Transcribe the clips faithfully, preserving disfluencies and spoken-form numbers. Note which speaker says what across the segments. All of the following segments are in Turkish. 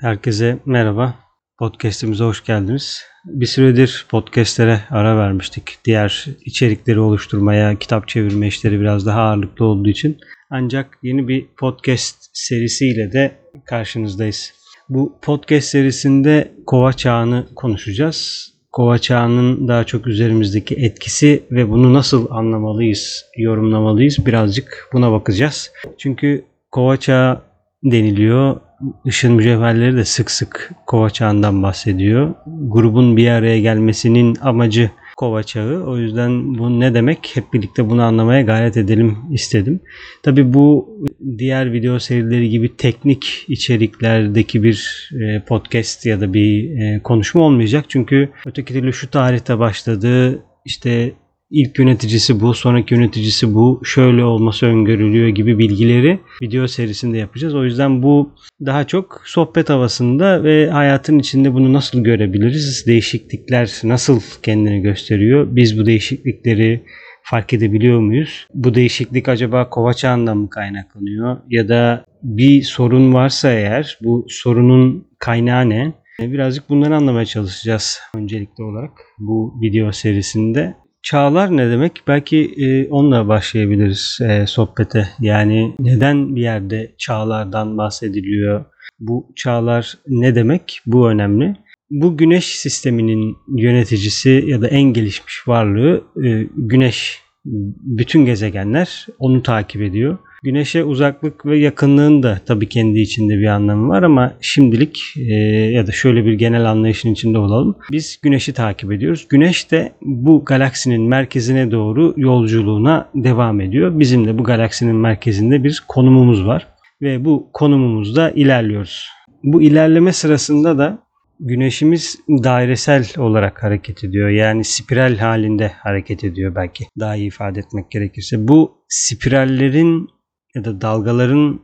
Speaker 1: Herkese merhaba. Podcast'imize hoş geldiniz. Bir süredir podcast'lere ara vermiştik. Diğer içerikleri oluşturmaya, kitap çevirme işleri biraz daha ağırlıklı olduğu için. Ancak yeni bir podcast serisiyle de karşınızdayız. Bu podcast serisinde Kova Çağı'nı konuşacağız. Kova Çağı'nın daha çok üzerimizdeki etkisi ve bunu nasıl anlamalıyız, yorumlamalıyız birazcık buna bakacağız. Çünkü Kova Çağı deniliyor. Işın Mücevherleri de sık sık Kova Çağı'ndan bahsediyor. Grubun bir araya gelmesinin amacı Kova Çağı. O yüzden bu ne demek? Hep birlikte bunu anlamaya gayret edelim istedim. Tabii bu diğer video serileri gibi teknik içeriklerdeki bir podcast ya da bir konuşma olmayacak. Çünkü öteki türlü şu tarihte başladı, işte İlk yöneticisi bu, sonraki yöneticisi bu, şöyle olması öngörülüyor gibi bilgileri video serisinde yapacağız. O yüzden bu daha çok sohbet havasında ve hayatın içinde bunu nasıl görebiliriz? Değişiklikler nasıl kendini gösteriyor? Biz bu değişiklikleri fark edebiliyor muyuz? Bu değişiklik acaba Kova Çağı'ndan mı kaynaklanıyor? Ya da bir sorun varsa eğer bu sorunun kaynağı ne? Birazcık bunları anlamaya çalışacağız öncelikli olarak bu video serisinde. Çağlar ne demek? Belki e, onunla başlayabiliriz e, sohbete. Yani neden bir yerde çağlardan bahsediliyor? Bu çağlar ne demek? Bu önemli. Bu güneş sisteminin yöneticisi ya da en gelişmiş varlığı e, güneş. Bütün gezegenler onu takip ediyor. Güneşe uzaklık ve yakınlığın da tabii kendi içinde bir anlamı var ama şimdilik e, ya da şöyle bir genel anlayışın içinde olalım. Biz Güneş'i takip ediyoruz. Güneş de bu galaksinin merkezine doğru yolculuğuna devam ediyor. Bizim de bu galaksinin merkezinde bir konumumuz var ve bu konumumuzda ilerliyoruz. Bu ilerleme sırasında da Güneşimiz dairesel olarak hareket ediyor. Yani spiral halinde hareket ediyor belki. Daha iyi ifade etmek gerekirse. Bu spirallerin ya da dalgaların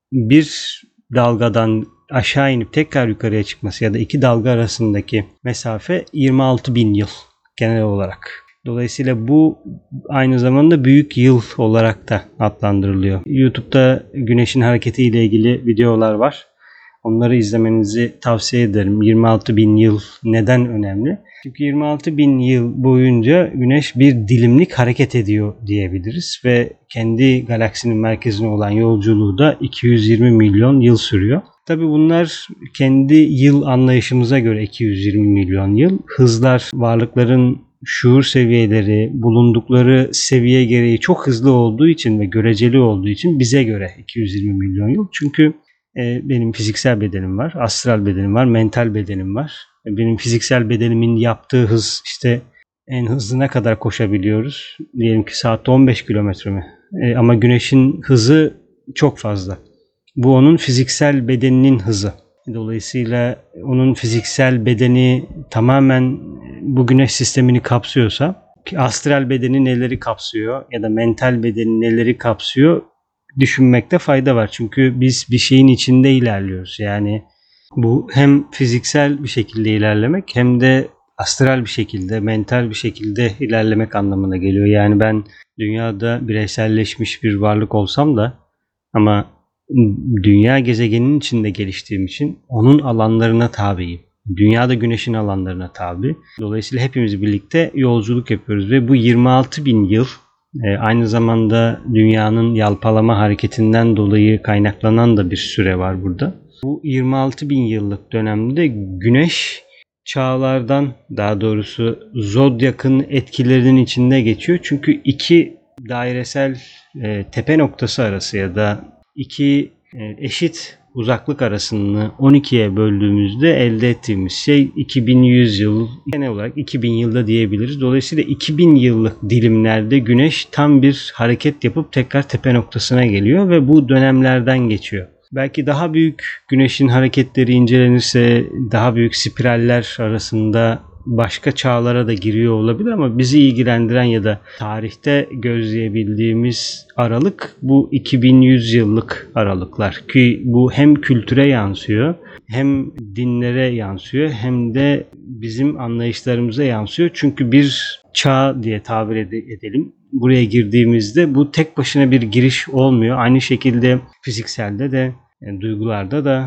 Speaker 1: bir dalgadan aşağı inip tekrar yukarıya çıkması ya da iki dalga arasındaki mesafe yirmi altı bin yıl genel olarak. Dolayısıyla bu aynı zamanda büyük yıl olarak da adlandırılıyor. YouTube'da Güneş'in hareketiyle ilgili videolar var. Onları izlemenizi tavsiye ederim. yirmi altı bin yıl neden önemli? Çünkü yirmi altı bin yıl boyunca Güneş bir dilimlik hareket ediyor diyebiliriz ve kendi galaksinin merkezine olan yolculuğu da iki yüz yirmi milyon yıl sürüyor. Tabii bunlar kendi yıl anlayışımıza göre iki yüz yirmi milyon yıl. Hızlar, varlıkların şuur seviyeleri, bulundukları seviye gereği çok hızlı olduğu için ve göreceli olduğu için bize göre iki yüz yirmi milyon yıl. Çünkü benim fiziksel bedenim var, astral bedenim var, mental bedenim var. Benim fiziksel bedenimin yaptığı hız işte en hızlı ne kadar koşabiliyoruz? Diyelim ki saatte on beş kilometre mi? E, ama Güneş'in hızı çok fazla. Bu onun fiziksel bedeninin hızı. Dolayısıyla onun fiziksel bedeni tamamen bu Güneş sistemini kapsıyorsa, astral bedeni neleri kapsıyor ya da mental bedeni neleri kapsıyor? Düşünmekte fayda var. Çünkü biz bir şeyin içinde ilerliyoruz. Yani bu hem fiziksel bir şekilde ilerlemek hem de astral bir şekilde, mental bir şekilde ilerlemek anlamına geliyor. Yani ben dünyada bireyselleşmiş bir varlık olsam da ama dünya gezegeninin içinde geliştiğim için onun alanlarına tabiyim. Dünya da Güneş'in alanlarına tabi. Dolayısıyla hepimiz birlikte yolculuk yapıyoruz ve bu yirmi altı bin yıl E, aynı zamanda dünyanın yalpalama hareketinden dolayı kaynaklanan da bir süre var burada. Bu yirmi altı bin yıllık dönemde Güneş çağlardan, daha doğrusu Zodyak'ın etkilerinin içinde geçiyor. Çünkü iki dairesel e, tepe noktası arası ya da iki e, eşit uzaklık arasını on ikiye böldüğümüzde elde ettiğimiz şey iki bin yüz yıl, genel olarak iki bin yılda diyebiliriz. Dolayısıyla iki bin yıllık dilimlerde Güneş tam bir hareket yapıp tekrar tepe noktasına geliyor ve bu dönemlerden geçiyor. Belki daha büyük Güneş'in hareketleri incelenirse daha büyük spiraller arasında başka çağlara da giriyor olabilir ama bizi ilgilendiren ya da tarihte gözleyebildiğimiz aralık bu iki bin yüz yıllık aralıklar ki bu hem kültüre yansıyor hem dinlere yansıyor hem de bizim anlayışlarımıza yansıyor. Çünkü bir çağ diye tabir edelim. Buraya girdiğimizde bu tek başına bir giriş olmuyor. Aynı şekilde fizikselde de, yani duygularda da,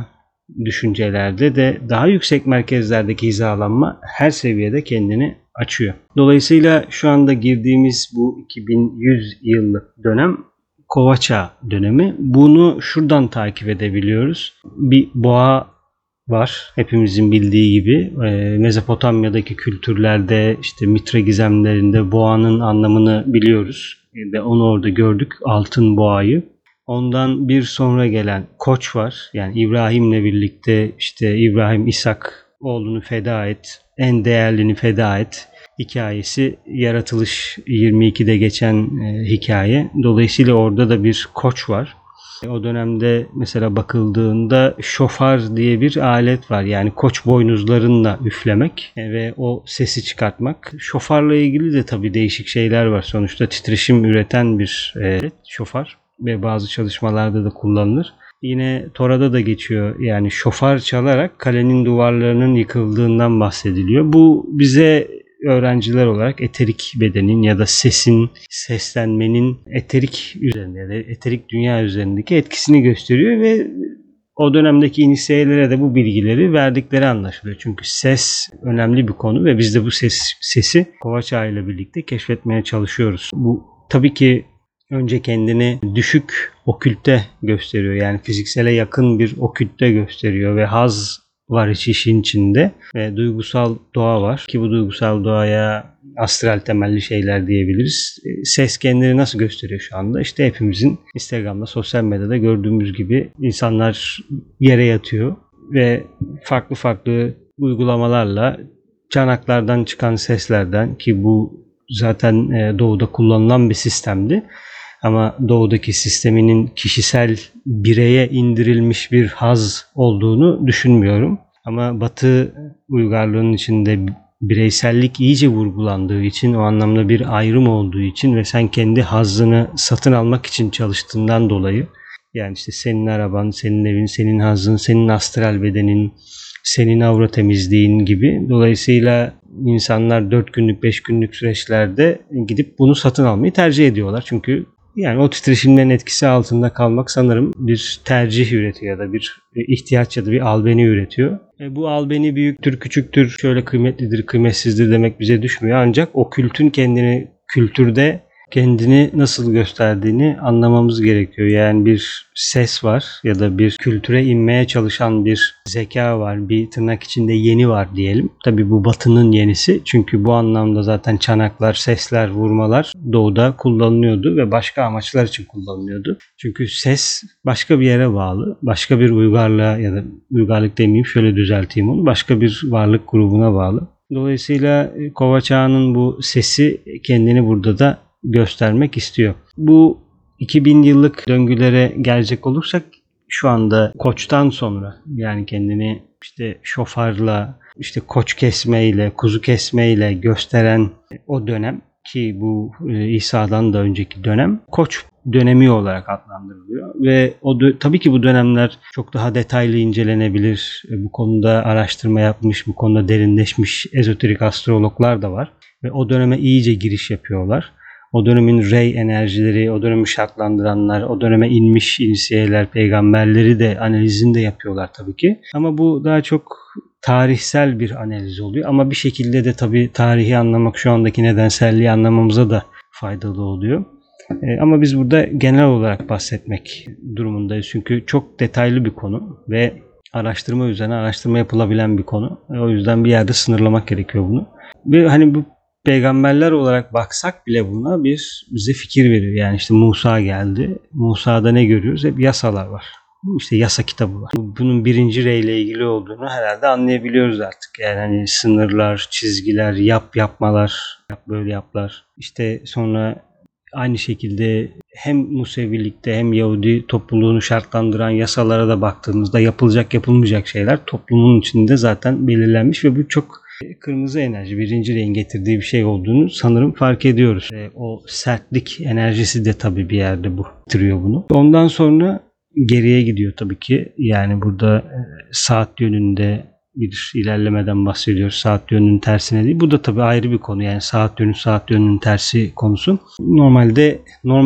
Speaker 1: düşüncelerde de daha yüksek merkezlerdeki hizalanma her seviyede kendini açıyor. Dolayısıyla şu anda girdiğimiz bu iki bin yüz yıllık dönem Kova Çağı dönemi. Bunu şuradan takip edebiliyoruz. Bir boğa var. Hepimizin bildiği gibi Mezopotamya'daki kültürlerde işte Mitra gizemlerinde boğanın anlamını biliyoruz. Ve onu orada gördük. Altın boğayı. Ondan bir sonra gelen Koç var. Yani İbrahim'le birlikte işte İbrahim İshak oğlunu feda et, en değerlini feda et hikayesi Yaratılış yirmi ikide geçen e, hikaye. Dolayısıyla orada da bir koç var. O dönemde mesela bakıldığında şofar diye bir alet var. Yani koç boynuzlarınla üflemek ve o sesi çıkartmak. Şofarla ilgili de tabii değişik şeyler var. Sonuçta titreşim üreten bir alet şofar ve bazı çalışmalarda da kullanılır. Yine Tora'da da geçiyor. Yani şofar çalarak kalenin duvarlarının yıkıldığından bahsediliyor. Bu bize öğrenciler olarak eterik bedenin ya da sesin, seslenmenin eterik üzerinde ya da eterik dünya üzerindeki etkisini gösteriyor ve o dönemdeki inisiyelere de bu bilgileri verdikleri anlaşılıyor. Çünkü ses önemli bir konu ve biz de bu ses, sesi Kova Çağı ile birlikte keşfetmeye çalışıyoruz. Bu tabii ki önce kendini düşük okülte gösteriyor. Yani fiziksele yakın bir okülte gösteriyor ve haz var iç işin içinde ve duygusal doğa var ki bu duygusal doğaya astral temelli şeyler diyebiliriz. Ses kendini nasıl gösteriyor şu anda? İşte hepimizin Instagram'da, sosyal medyada gördüğümüz gibi insanlar yere yatıyor ve farklı farklı uygulamalarla çanaklardan çıkan seslerden ki bu zaten doğuda kullanılan bir sistemdi. Ama doğudaki sisteminin kişisel bireye indirilmiş bir haz olduğunu düşünmüyorum. Ama Batı uygarlığının içinde bireysellik iyice vurgulandığı için, o anlamda bir ayrım olduğu için ve sen kendi hazzını satın almak için çalıştığından dolayı, yani işte senin araban, senin evin, senin hazzın, senin astral bedenin, senin avra temizliğin gibi. Dolayısıyla insanlar dört günlük, beş günlük süreçlerde gidip bunu satın almayı tercih ediyorlar. Çünkü yani o titreşimlerin etkisi altında kalmak sanırım bir tercih üretiyor ya da bir ihtiyaç ya da bir albeni üretiyor. E bu albeni büyüktür, küçüktür, şöyle kıymetlidir, kıymetsizdir demek bize düşmüyor. Ancak o kültün kendini kültürde kendini nasıl gösterdiğini anlamamız gerekiyor. Yani bir ses var ya da bir kültüre inmeye çalışan bir zeka var, bir tırnak içinde yeni var diyelim. Tabii bu Batı'nın yenisi. Çünkü bu anlamda zaten çanaklar, sesler, vurmalar doğuda kullanılıyordu ve başka amaçlar için kullanılıyordu. Çünkü ses başka bir yere bağlı. Başka bir uygarlığa ya da uygarlık demeyeyim, şöyle düzelteyim onu. Başka bir varlık grubuna bağlı. Dolayısıyla Kova Çağı'nın bu sesi kendini burada da göstermek istiyor. Bu iki bin yıllık döngülere gelecek olursak şu anda Koç'tan sonra, yani kendini işte şofarla, işte koç kesmeyle, kuzu kesmeyle gösteren o dönem ki bu İsa'dan da önceki dönem Koç dönemi olarak adlandırılıyor ve o dö- tabii ki bu dönemler çok daha detaylı incelenebilir. Bu konuda araştırma yapmış, bu konuda derinleşmiş ezoterik astrologlar da var ve o döneme iyice giriş yapıyorlar. O dönemin rey enerjileri, o dönemi şartlandıranlar, o döneme inmiş inisiyeler, peygamberleri de analizini de yapıyorlar tabii ki. Ama bu daha çok tarihsel bir analiz oluyor. Ama bir şekilde de tabii tarihi anlamak şu andaki nedenselliği anlamamıza da faydalı oluyor. E, ama biz burada genel olarak bahsetmek durumundayız. Çünkü çok detaylı bir konu ve araştırma üzerine araştırma yapılabilen bir konu. E, o yüzden bir yerde sınırlamak gerekiyor bunu. Ve hani bu peygamberler olarak baksak bile buna bir bize fikir veriyor. Yani işte Musa geldi. Musa'da ne görüyoruz? Hep yasalar var. İşte yasa kitabı var. Bunun birinci rey ile ilgili olduğunu herhalde anlayabiliyoruz artık. Yani hani sınırlar, çizgiler, yap yapmalar, yap böyle yaplar. İşte sonra aynı şekilde hem Musevilikte hem Yahudi topluluğunu şartlandıran yasalara da baktığımızda yapılacak yapılmayacak şeyler toplumun içinde zaten belirlenmiş ve bu çok kırmızı enerji, birinci reyin getirdiği bir şey olduğunu sanırım fark ediyoruz. E, o sertlik enerjisi de tabii bir yerde bu bitiriyor bunu. Ondan sonra geriye gidiyor tabii ki. Yani burada e, saat yönünde bir ilerlemeden bahsediyoruz. Saat yönünün tersine değil. Bu da tabii ayrı bir konu. Yani saat yönü, saat yönünün tersi konusu. Normalde normal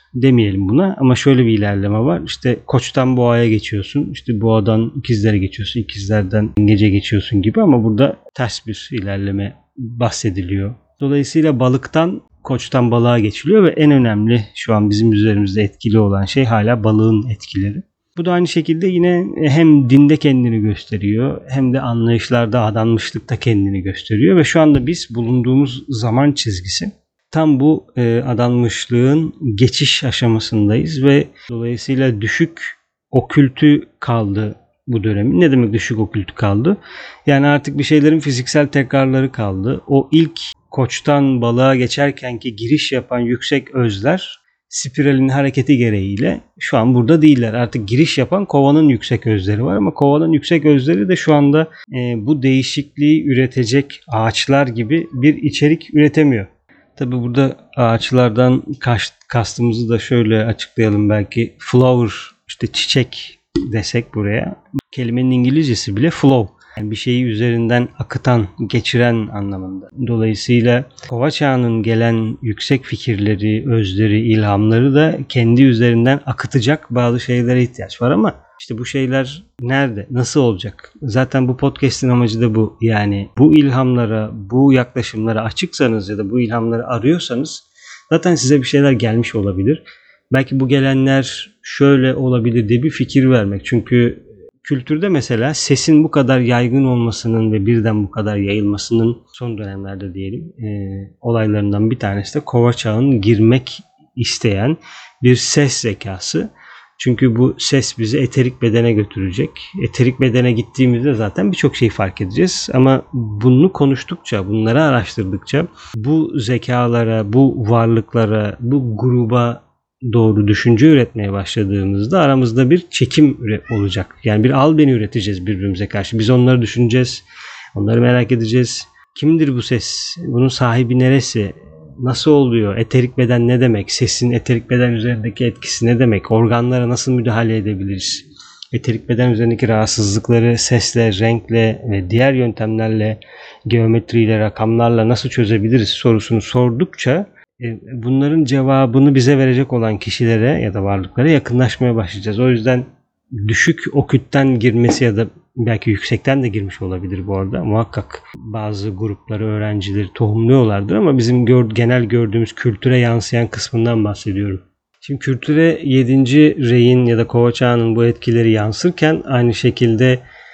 Speaker 1: demeyelim buna ama şöyle bir ilerleme var. İşte Koç'tan Boğa'ya geçiyorsun. İşte Boğa'dan ikizlere geçiyorsun. İkizlerden Yengeç'e geçiyorsun gibi ama burada ters bir ilerleme bahsediliyor. Dolayısıyla balıktan Koç'tan balığa geçiliyor ve en önemli şu an bizim üzerimizde etkili olan şey hala balığın etkileri. Bu da aynı şekilde yine hem dinde kendini gösteriyor hem de anlayışlarda, adanmışlıkta kendini gösteriyor ve şu anda biz bulunduğumuz zaman çizgisi tam bu e, adanmışlığın geçiş aşamasındayız ve dolayısıyla düşük okültü kaldı bu dönemin. Ne demek düşük okültü kaldı? Yani artık bir şeylerin fiziksel tekrarları kaldı. O ilk Koç'tan balığa geçerkenki giriş yapan yüksek özler spiralin hareketi gereğiyle şu an burada değiller. Artık giriş yapan kovanın yüksek özleri var ama kovanın yüksek özleri de şu anda e, bu değişikliği üretecek ağaçlar gibi bir içerik üretemiyor. Tabi burada ağaçlardan kastımızı da şöyle açıklayalım belki. Flower, işte çiçek desek buraya. Kelimenin İngilizcesi bile flow. Yani bir şeyi üzerinden akıtan, geçiren anlamında. Dolayısıyla Kova çağının gelen yüksek fikirleri, özleri, ilhamları da kendi üzerinden akıtacak bazı şeylere ihtiyaç var ama işte bu şeyler nerede, nasıl olacak? Zaten bu podcast'in amacı da bu. Yani bu ilhamlara, bu yaklaşımlara açıksanız ya da bu ilhamları arıyorsanız zaten size bir şeyler gelmiş olabilir. Belki bu gelenler şöyle olabilir diye bir fikir vermek. Çünkü kültürde mesela sesin bu kadar yaygın olmasının ve birden bu kadar yayılmasının son dönemlerde diyelim e, olaylarından bir tanesi de Kova çağının girmek isteyen bir ses zekası. Çünkü bu ses bizi eterik bedene götürecek. Eterik bedene gittiğimizde zaten birçok şey fark edeceğiz. Ama bunu konuştukça, bunları araştırdıkça bu zekalara, bu varlıklara, bu gruba doğru düşünce üretmeye başladığımızda aramızda bir çekim olacak. Yani bir al beni üreteceğiz birbirimize karşı. Biz onları düşüneceğiz. Onları merak edeceğiz. Kimdir bu ses? Bunun sahibi neresi? Nasıl oluyor? Eterik beden ne demek? Sesin eterik beden üzerindeki etkisi ne demek? Organlara nasıl müdahale edebiliriz? Eterik beden üzerindeki rahatsızlıkları sesle, renkle ve diğer yöntemlerle, geometriyle, rakamlarla nasıl çözebiliriz sorusunu sordukça bunların cevabını bize verecek olan kişilere ya da varlıklara yakınlaşmaya başlayacağız. O yüzden düşük okültten girmesi ya da belki yüksekten de girmiş olabilir bu arada. Muhakkak bazı grupları, öğrencileri tohumluyorlardır ama bizim gör, genel gördüğümüz kültüre yansıyan kısmından bahsediyorum. Şimdi kültüre yedinci reyin ya da Kova çağının bu etkileri yansırken aynı şekilde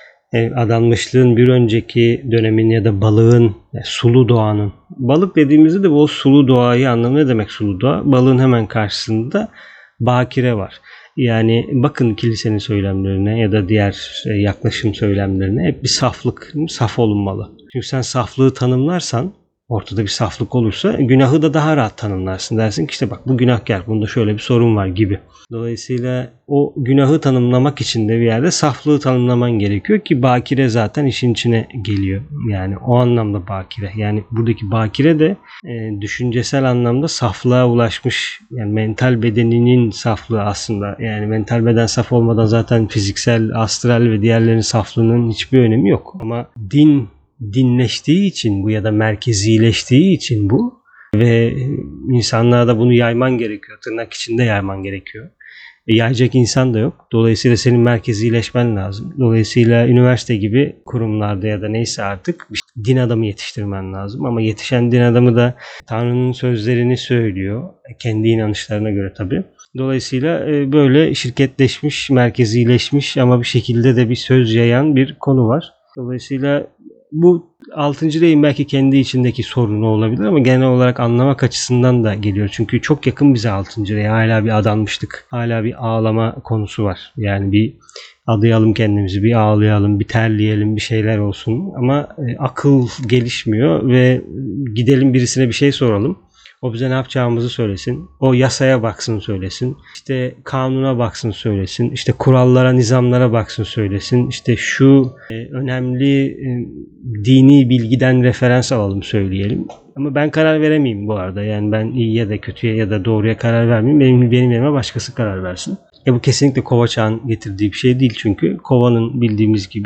Speaker 1: adanmışlığın bir önceki dönemin ya da balığın, sulu doğanın. Balık dediğimizde de bu sulu doğayı anlamı ne demek sulu doğa? Balığın hemen karşısında bakire var. Yani bakın kilisenin söylemlerine ya da diğer yaklaşım söylemlerine hep bir saflık, saf olunmalı. Çünkü sen saflığı tanımlarsan, ortada bir saflık olursa günahı da daha rahat tanımlarsın. Dersin ki işte bak bu günahkar, bunda şöyle bir sorun var gibi. Dolayısıyla o günahı tanımlamak için de bir yerde saflığı tanımlaman gerekiyor ki bakire zaten işin içine geliyor. Yani o anlamda bakire. Yani buradaki bakire de e, düşüncesel anlamda saflığa ulaşmış. Yani mental bedeninin saflığı aslında. Yani mental beden saf olmadan zaten fiziksel, astral ve diğerlerinin saflığının hiçbir önemi yok. Ama din dinleştiği için bu ya da merkezileştiği için bu ve insanlığa da bunu yayman gerekiyor. Tırnak içinde yayman gerekiyor. E, yayacak insan da yok. Dolayısıyla senin merkezileşmen lazım. Dolayısıyla üniversite gibi kurumlarda ya da neyse artık bir din adamı yetiştirmen lazım. Ama yetişen din adamı da Tanrı'nın sözlerini söylüyor. Kendi inanışlarına göre tabii. Dolayısıyla e, böyle şirketleşmiş, merkezileşmiş ama bir şekilde de bir söz yayan bir konu var. Dolayısıyla bu altıncı reyin belki kendi içindeki sorunu olabilir ama genel olarak anlamak açısından da geliyor. Çünkü çok yakın bize altıncı rey. Hala bir adanmışlık, hala bir ağlama konusu var. Yani bir adayalım kendimizi, bir ağlayalım, bir terleyelim, bir şeyler olsun. Ama e, akıl gelişmiyor ve gidelim birisine bir şey soralım. O bize ne yapacağımızı söylesin. O yasaya baksın söylesin. İşte kanuna baksın söylesin. İşte kurallara, nizamlara baksın söylesin. İşte şu e, önemli e, dini bilgiden referans alalım söyleyelim. Ama ben karar veremeyeyim bu arada. Yani ben iyiye de kötüye ya da doğruya karar vermeyeyim. Benim, benim yerime başkası karar versin. E bu kesinlikle Kova çağın getirdiği bir şey değil çünkü Kova'nın bildiğimiz gibi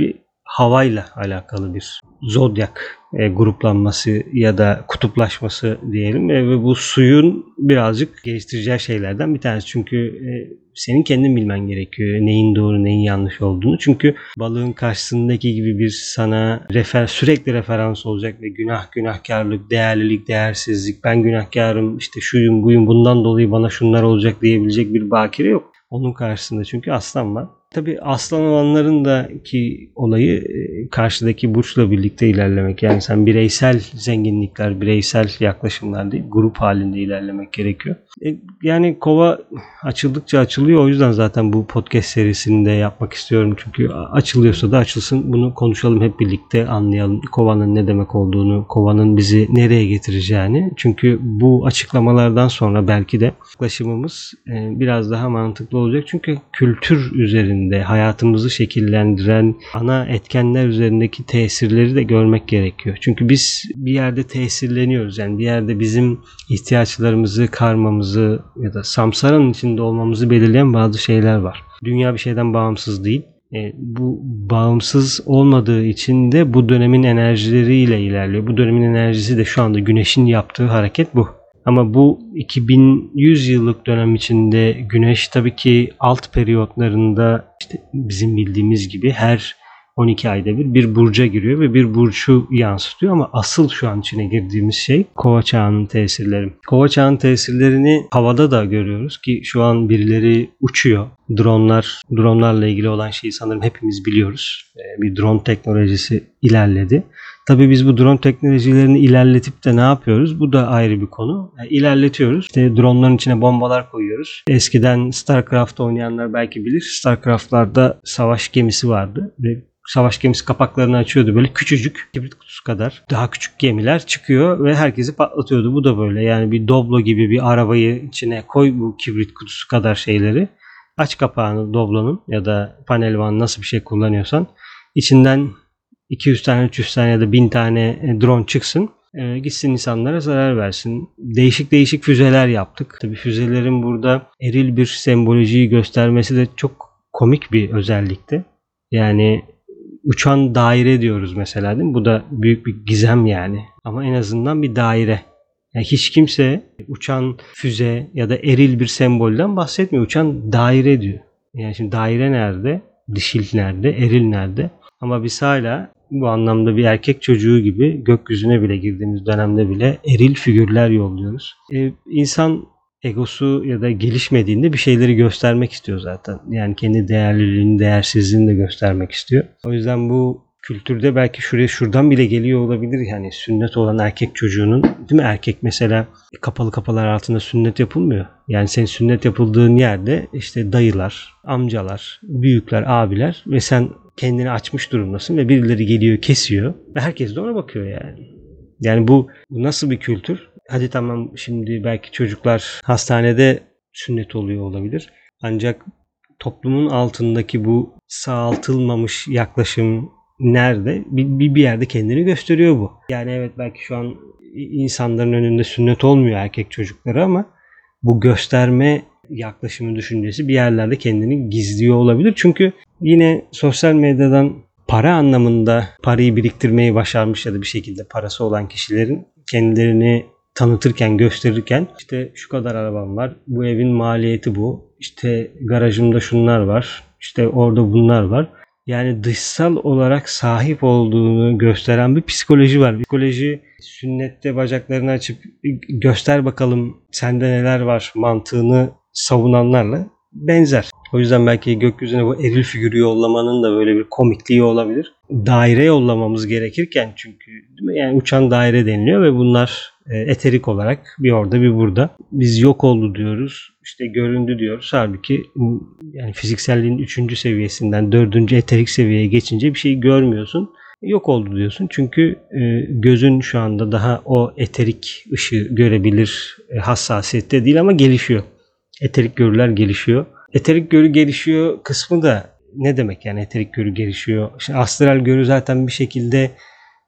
Speaker 1: havayla alakalı bir zodyak e, gruplanması ya da kutuplaşması diyelim e, ve bu suyun birazcık geliştireceği şeylerden bir tanesi. Çünkü e, senin kendin bilmen gerekiyor neyin doğru neyin yanlış olduğunu. Çünkü balığın karşısındaki gibi bir sana refer, sürekli referans olacak ve günah, günahkarlık, değerlilik, değersizlik, ben günahkarım, işte şuyum buyum bundan dolayı bana şunlar olacak diyebilecek bir bakire yok. Onun karşısında çünkü aslan var. Tabii aslan olanların da ki olayı karşıdaki burçla birlikte ilerlemek. Yani sen bireysel zenginlikler, bireysel yaklaşımlar değil, grup halinde ilerlemek gerekiyor. Yani kova açıldıkça açılıyor. O yüzden zaten bu podcast serisini de yapmak istiyorum. Çünkü açılıyorsa da açılsın. Bunu konuşalım hep birlikte, anlayalım. Kovanın ne demek olduğunu, kovanın bizi nereye getireceğini. Çünkü bu açıklamalardan sonra belki de yaklaşımımız biraz daha mantıklı olacak. Çünkü kültür üzerinde hayatımızı şekillendiren ana etkenler üzerindeki tesirleri de görmek gerekiyor. Çünkü biz bir yerde tesirleniyoruz. Yani bir yerde bizim ihtiyaçlarımızı, karmamızı ya da samsaranın içinde olmamızı belirleyen bazı şeyler var. Dünya bir şeyden bağımsız değil. E, bu bağımsız olmadığı için de bu dönemin enerjileriyle ilerliyor. Bu dönemin enerjisi de şu anda güneşin yaptığı hareket bu. Ama bu iki bin yüz yıllık dönem içinde güneş tabii ki alt periyotlarında işte bizim bildiğimiz gibi her on iki ayda bir bir burca giriyor ve bir burcu yansıtıyor ama asıl şu an içine girdiğimiz şey Kova çağının tesirleri. Kova çağının tesirlerini havada da görüyoruz ki şu an birileri uçuyor. Dronlar, dronlarla ilgili olan şeyi sanırım hepimiz biliyoruz. Bir drone teknolojisi ilerledi. Tabii biz bu drone teknolojilerini ilerletip de ne yapıyoruz? Bu da ayrı bir konu. Yani ilerletiyoruz. İşte dronların içine bombalar koyuyoruz. Eskiden StarCraft oynayanlar belki bilir. StarCraft'larda savaş gemisi vardı ve savaş gemisi kapaklarını açıyordu. Böyle küçücük, kibrit kutusu kadar daha küçük gemiler çıkıyor ve herkesi patlatıyordu. Bu da böyle. Yani bir Doblo gibi bir arabayı içine koy bu kibrit kutusu kadar şeyleri. Aç kapağını Doblo'nun ya da panel van nasıl bir şey kullanıyorsan. İçinden iki yüz tane, üç yüz tane ya da bin tane drone çıksın. E, gitsin insanlara zarar versin. Değişik değişik füzeler yaptık. Tabii füzelerin burada eril bir sembolojiyi göstermesi de çok komik bir özellikti. Yani uçan daire diyoruz mesela değil mi? Bu da büyük bir gizem yani. Ama en azından bir daire. Yani hiç kimse uçan füze ya da eril bir sembolden bahsetmiyor. Uçan daire diyor. Yani şimdi daire nerede? Dişil nerede? Eril nerede? Ama biz hala bu anlamda bir erkek çocuğu gibi gökyüzüne bile girdiğimiz dönemde bile eril figürler yolluyoruz. Ee, insan egosu ya da gelişmediğinde bir şeyleri göstermek istiyor zaten. Yani kendi değerliliğini, değersizliğini de göstermek istiyor. O yüzden bu kültürde belki şuraya şuradan bile geliyor olabilir. Yani sünnet olan erkek çocuğunun, değil mi? Erkek mesela kapalı kapılar altında sünnet yapılmıyor. Yani senin sünnet yapıldığın yerde işte dayılar, amcalar, büyükler, abiler ve sen kendini açmış durumdasın ve birileri geliyor kesiyor ve herkes de ona bakıyor yani. Yani bu, bu nasıl bir kültür? Hadi tamam şimdi belki çocuklar hastanede sünnet oluyor olabilir. Ancak toplumun altındaki bu sağaltılmamış yaklaşım nerede? Bir, bir yerde kendini gösteriyor bu. Yani evet belki şu an insanların önünde sünnet olmuyor erkek çocukları ama bu gösterme yaklaşımı düşüncesi bir yerlerde kendini gizliyor olabilir. Çünkü yine sosyal medyadan para anlamında parayı biriktirmeyi başarmış ya da bir şekilde parası olan kişilerin kendilerini tanıtırken, gösterirken işte şu kadar arabam var, bu evin maliyeti bu, işte garajımda şunlar var, işte orada bunlar var. Yani dışsal olarak sahip olduğunu gösteren bir psikoloji var. Psikoloji sünnette bacaklarını açıp göster bakalım sende neler var mantığını savunanlarla benzer. O yüzden belki gökyüzüne bu eril figürü yollamanın da böyle bir komikliği olabilir. Daire yollamamız gerekirken çünkü değil mi? Yani uçan daire deniliyor ve bunlar eterik olarak bir orada bir burada. Biz yok oldu diyoruz. İşte göründü diyoruz. Halbuki yani fizikselliğin üçüncü seviyesinden dördüncü eterik seviyeye geçince bir şeyi görmüyorsun. Yok oldu diyorsun. Çünkü gözün şu anda daha o eterik ışığı görebilir hassasiyette değil ama gelişiyor. Eterik görüler gelişiyor. Eterik görü gelişiyor kısmı da ne demek yani eterik görü gelişiyor? Şimdi astral görü zaten bir şekilde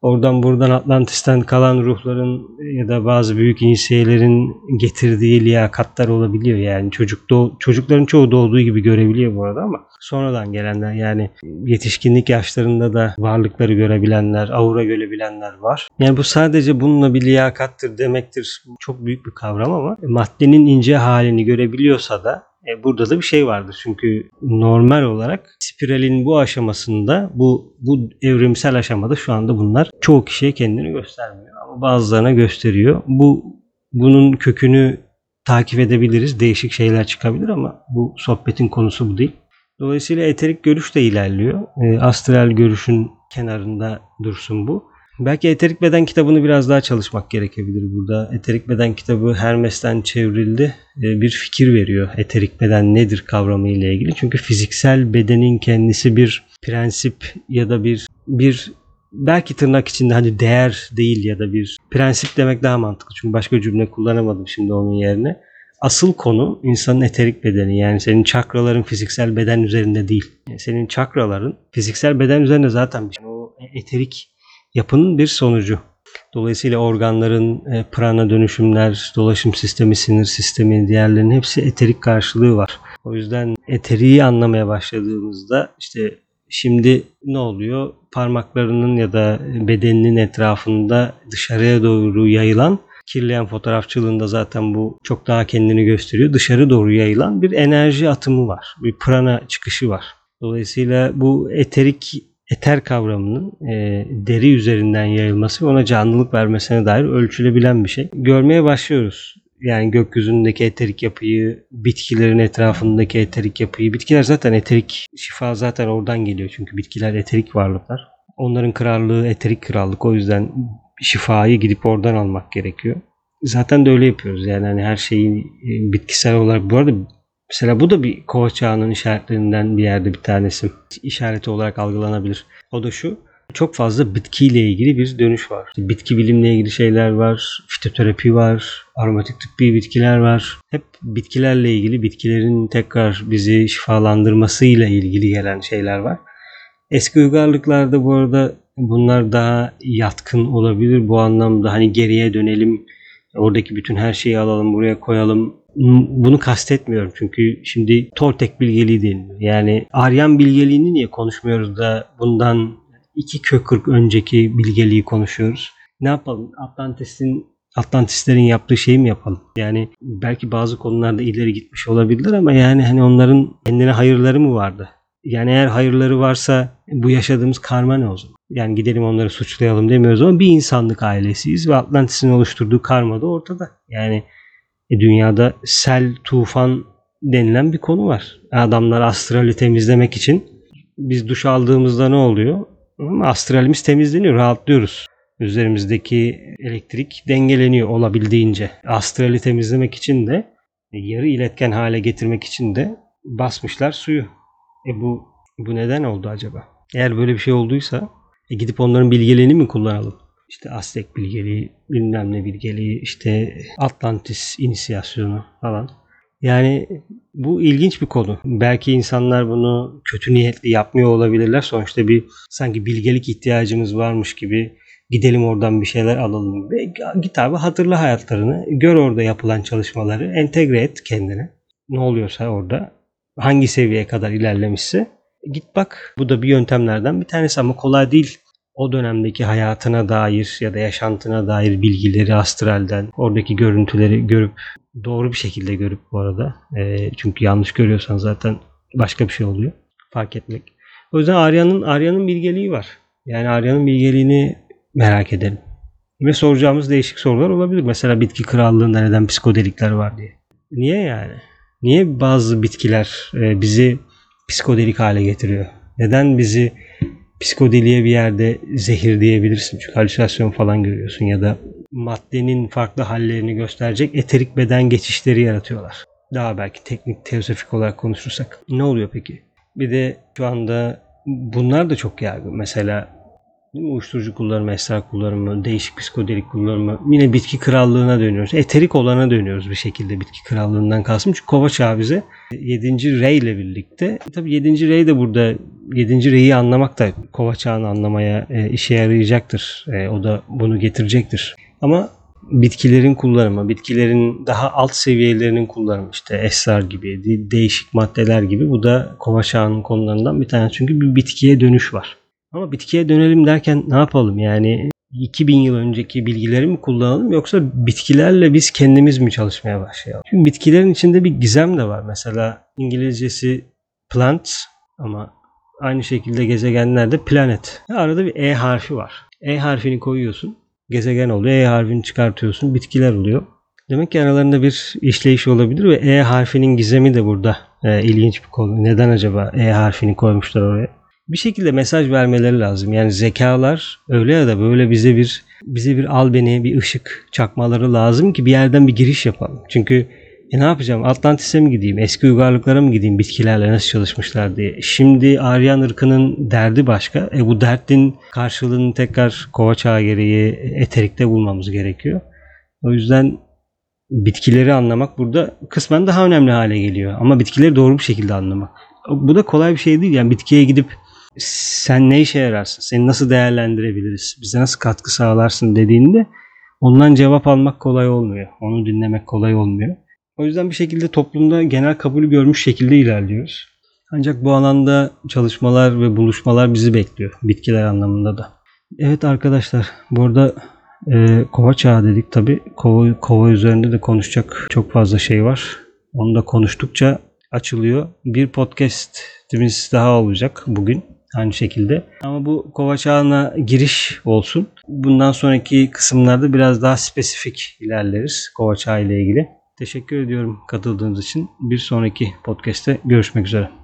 Speaker 1: oradan buradan Atlantis'ten kalan ruhların ya da bazı büyük inisiyelerin getirdiği liyakatlar olabiliyor. Yani çocuk doğ, çocukların çoğu doğduğu gibi görebiliyor bu arada ama sonradan gelenler, yani yetişkinlik yaşlarında da varlıkları görebilenler, aura görebilenler var. Yani bu sadece bununla bir liyakattır demektir. Çok büyük bir kavram ama maddenin ince halini görebiliyorsa da E, burada da bir şey vardır. Çünkü normal olarak spiralin bu aşamasında, bu bu evrimsel aşamada şu anda bunlar çoğu kişiye kendini göstermiyor ama bazılarına gösteriyor. Bu bunun kökünü takip edebiliriz. Değişik şeyler çıkabilir ama bu sohbetin konusu bu değil. Dolayısıyla eterik görüş de ilerliyor. E, astral görüşün kenarında dursun bu. Belki Eterik Beden kitabını biraz daha çalışmak gerekebilir burada. Eterik Beden kitabı Hermes'ten çevrildi. Bir fikir veriyor eterik beden nedir kavramı ile ilgili. Çünkü fiziksel bedenin kendisi bir prensip ya da bir bir belki tırnak içinde hani değer değil ya da bir prensip demek daha mantıklı. Çünkü başka cümle kullanamadım şimdi onun yerine. Asıl konu insanın eterik bedeni, yani senin çakraların fiziksel beden üzerinde değil. Yani senin çakraların fiziksel beden üzerinde zaten bir şey. O eterik yapının bir sonucu. Dolayısıyla organların e, prana dönüşümler, dolaşım sistemi, sinir sistemi, diğerlerinin hepsi eterik karşılığı var. O yüzden eteriği anlamaya başladığımızda işte şimdi ne oluyor? Parmaklarının ya da bedeninin etrafında dışarıya doğru yayılan, kirleyen fotoğrafçılığında zaten bu çok daha kendini gösteriyor. Dışarı doğru yayılan bir enerji atımı var. Bir prana çıkışı var. Dolayısıyla bu eterik eter kavramının e, deri üzerinden yayılması ve ona canlılık vermesine dair ölçülebilen bir şey. Görmeye başlıyoruz. Yani gökyüzündeki eterik yapıyı, bitkilerin etrafındaki eterik yapıyı. Bitkiler zaten eterik, şifa zaten oradan geliyor. Çünkü bitkiler eterik varlıklar. Onların krallığı eterik krallık. O yüzden şifayı gidip oradan almak gerekiyor. Zaten de öyle yapıyoruz. Yani hani her şeyi bitkisel olarak, bu arada mesela bu da bir kova çağının işaretlerinden bir yerde bir tanesi. İşareti olarak algılanabilir. O da şu: çok fazla bitkiyle ilgili bir dönüş var. İşte bitki bilimle ilgili şeyler var. Fitoterapi var. Aromatik tıbbi bitkiler var. Hep bitkilerle ilgili, bitkilerin tekrar bizi şifalandırmasıyla ilgili gelen şeyler var. Eski uygarlıklarda bu arada bunlar daha yatkın olabilir. Bu anlamda hani geriye dönelim, oradaki bütün her şeyi alalım, buraya koyalım. Bunu kastetmiyorum çünkü şimdi Toltek bilgeliği deniliyor. Yani Aryan bilgeliğini niye konuşmuyoruz da bundan iki kök kırk önceki bilgeliği konuşuyoruz? Ne yapalım? Atlantis'in Atlantislerin yaptığı şeyi mi yapalım? Yani belki bazı konularda ileri gitmiş olabilirler ama yani hani onların kendine hayırları mı vardı? Yani eğer hayırları varsa bu yaşadığımız karma ne o zaman? Yani gidelim onları suçlayalım demiyoruz ama bir insanlık ailesiyiz ve Atlantis'in oluşturduğu karma da ortada. Yani e, dünyada sel, tufan denilen bir konu var. Adamlar astrali temizlemek için, biz duş aldığımızda ne oluyor? Astralimiz temizleniyor, rahatlıyoruz. Üzerimizdeki elektrik dengeleniyor olabildiğince. Astrali temizlemek için de, yarı iletken hale getirmek için de basmışlar suyu. E bu bu neden oldu acaba? Eğer böyle bir şey olduysa e gidip onların bilgeliğini mi kullanalım? İşte Aztek bilgeliği, bilmem ne bilgeliği, işte Atlantis inisiyasyonu falan. Yani bu ilginç bir konu. Belki insanlar bunu kötü niyetli yapmıyor olabilirler. Sonuçta bir sanki bilgelik ihtiyacımız varmış gibi gidelim oradan bir şeyler alalım. Ve git abi, hatırla hayatlarını. Gör orada yapılan çalışmaları. Entegre et kendine. Ne oluyorsa orada, hangi seviyeye kadar ilerlemişse git bak. Bu da bir yöntemlerden bir tanesi ama kolay değil. O dönemdeki hayatına dair ya da yaşantına dair bilgileri astralden, oradaki görüntüleri görüp, doğru bir şekilde görüp bu arada. E, çünkü yanlış görüyorsan zaten başka bir şey oluyor. Fark etmek. O yüzden Arya'nın Arya'nın bilgeliği var. Yani Arya'nın bilgeliğini merak edelim. Ve soracağımız değişik sorular olabilir. Mesela bitki krallığında neden psikodelikler var diye. Niye yani? Niye bazı bitkiler e, bizi psikodelik hale getiriyor? Neden bizi psikodeliğe bir yerde zehir diyebilirsin? Çünkü halüsinasyon falan görüyorsun ya da maddenin farklı hallerini gösterecek eterik beden geçişleri yaratıyorlar. Daha belki teknik, teosofik olarak konuşursak. Ne oluyor peki? Bir de şu anda bunlar da çok yaygın. Mesela Değil mi? Uyuşturucu kullanımı, esrar kullanımı, değişik psikodelik kullanımı, yine bitki krallığına dönüyoruz. Eterik olana dönüyoruz bir şekilde bitki krallığından kastım. Çünkü Kova Çağı bize yedinci rey ile birlikte, tabii yedinci rey de burada, yedinci reyi anlamak da Kova Çağı'nı anlamaya e, işe yarayacaktır. E, o da bunu getirecektir. Ama bitkilerin kullanımı, bitkilerin daha alt seviyelerinin kullanımı, işte esrar gibi, değişik maddeler gibi, bu da Kova Çağı'nın konularından bir tanesi. Çünkü bir bitkiye dönüş var. Ama bitkiye dönelim derken ne yapalım? Yani iki bin yıl önceki bilgileri mi kullanalım, yoksa bitkilerle biz kendimiz mi çalışmaya başlayalım? Çünkü bitkilerin içinde bir gizem de var. Mesela İngilizcesi plant ama aynı şekilde gezegenlerde planet. Arada bir E harfi var. E harfini koyuyorsun, gezegen oluyor. E harfini çıkartıyorsun, bitkiler oluyor. Demek ki aralarında bir işleyiş olabilir ve E harfinin gizemi de burada e, ilginç bir konu. Neden acaba E harfini koymuşlar oraya? Bir şekilde mesaj vermeleri lazım. Yani zekalar öyle ya da böyle bize bir bize bir albeni, bir ışık çakmaları lazım ki bir yerden bir giriş yapalım. Çünkü e ne yapacağım? Atlantis'e mi gideyim? Eski uygarlıklara mı gideyim? Bitkilerle nasıl çalışmışlar diye. Şimdi Aryan ırkının derdi başka. E bu derdin karşılığını tekrar Kova Çağı gereği eterikte bulmamız gerekiyor. O yüzden bitkileri anlamak burada kısmen daha önemli hale geliyor. Ama bitkileri doğru bir şekilde anlamak. Bu da kolay bir şey değil. Yani bitkiye gidip sen ne işe yararsın, seni nasıl değerlendirebiliriz, bize nasıl katkı sağlarsın dediğinde ondan cevap almak kolay olmuyor. Onu dinlemek kolay olmuyor. O yüzden bir şekilde toplumda genel kabulü görmüş şekilde ilerliyoruz. Ancak bu alanda çalışmalar ve buluşmalar bizi bekliyor. Bitkiler anlamında da. Evet arkadaşlar, burada e, Kova Çağı dedik tabi. Kova, kova üzerinde de konuşacak çok fazla şey var. Onu da konuştukça açılıyor. Bir podcast'imiz daha olacak bugün aynı şekilde. Ama bu Kova Çağı'na giriş olsun. Bundan sonraki kısımlarda biraz daha spesifik ilerleriz Kova Çağı ile ilgili. Teşekkür ediyorum katıldığınız için. Bir sonraki podcast'te görüşmek üzere.